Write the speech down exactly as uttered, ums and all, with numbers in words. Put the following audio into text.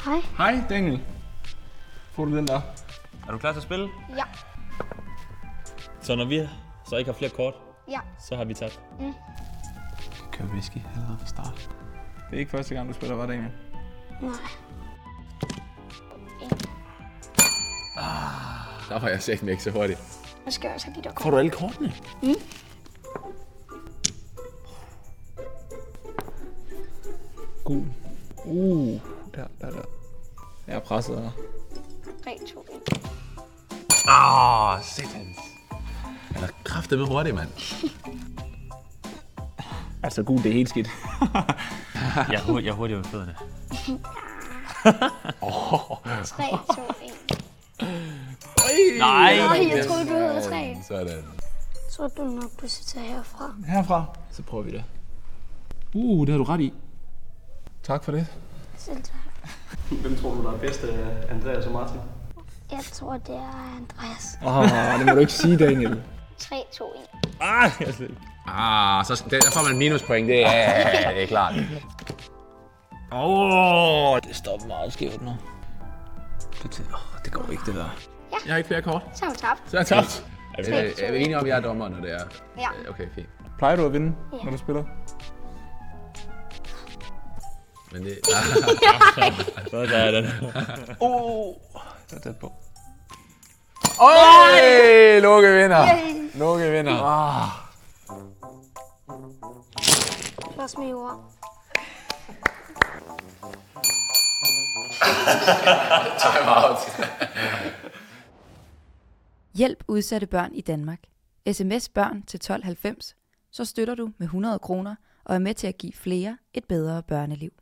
Hej. Hej Daniel. Får du den der? Er du klar til at spille? Ja. Så når vi så ikke har flere kort, Ja. så har vi tabt. Mm. Kører whisky allerede fra start. Det er ikke første gang, du spiller, var Daniel? Nej. Ah, der var jeg sagt ikke så hurtigt. Jeg skal også have de der kort. Får du alle kortene? Mm. God. Uh, der, der, der. Jeg er presset her. tre, to, et. Ah, oh, satans. Han er kraftedeme hurtigt, mand. Altså, gud, det er helt skidt. Jeg er hurtig, jeg er hurtig med fødderne. tre, to, et. Nej! Nej, jeg troede, du havde tre. Sådan. Så du nok, du skal tage herfra. Herfra, så prøver vi det. Uh, det har du ret i. Tak for det. Selv tak. Hvem tror du, der er bedst af Andreas og Martin? Jeg tror, det er Andreas. Åh, oh, det må du ikke sige, Daniel. tre, to, et. Ah, jeg slet ikke. Ah, så der får man minuspoint, det er, det er klart. Åh, oh, det står meget skævt nu. Det, oh, det går ikke, det der. Ja. Jeg har ikke flere kort. Så har vi tabt. Så er jeg tabt. Er vi Er, er vi enige om, at jeg er dommer, når det er? Ja. Okay, fint. Plejer du at vinde, Ja. når du spiller? Men det... Så der er den. Åh, det er tæt på. Øj, Lukke vinder. Lukke vinder. Ah. Slås med jord. Time out. Hjælp udsatte børn i Danmark. S M S børn til tolv halvfems, så støtter du med hundrede kroner og er med til at give flere et bedre børneliv.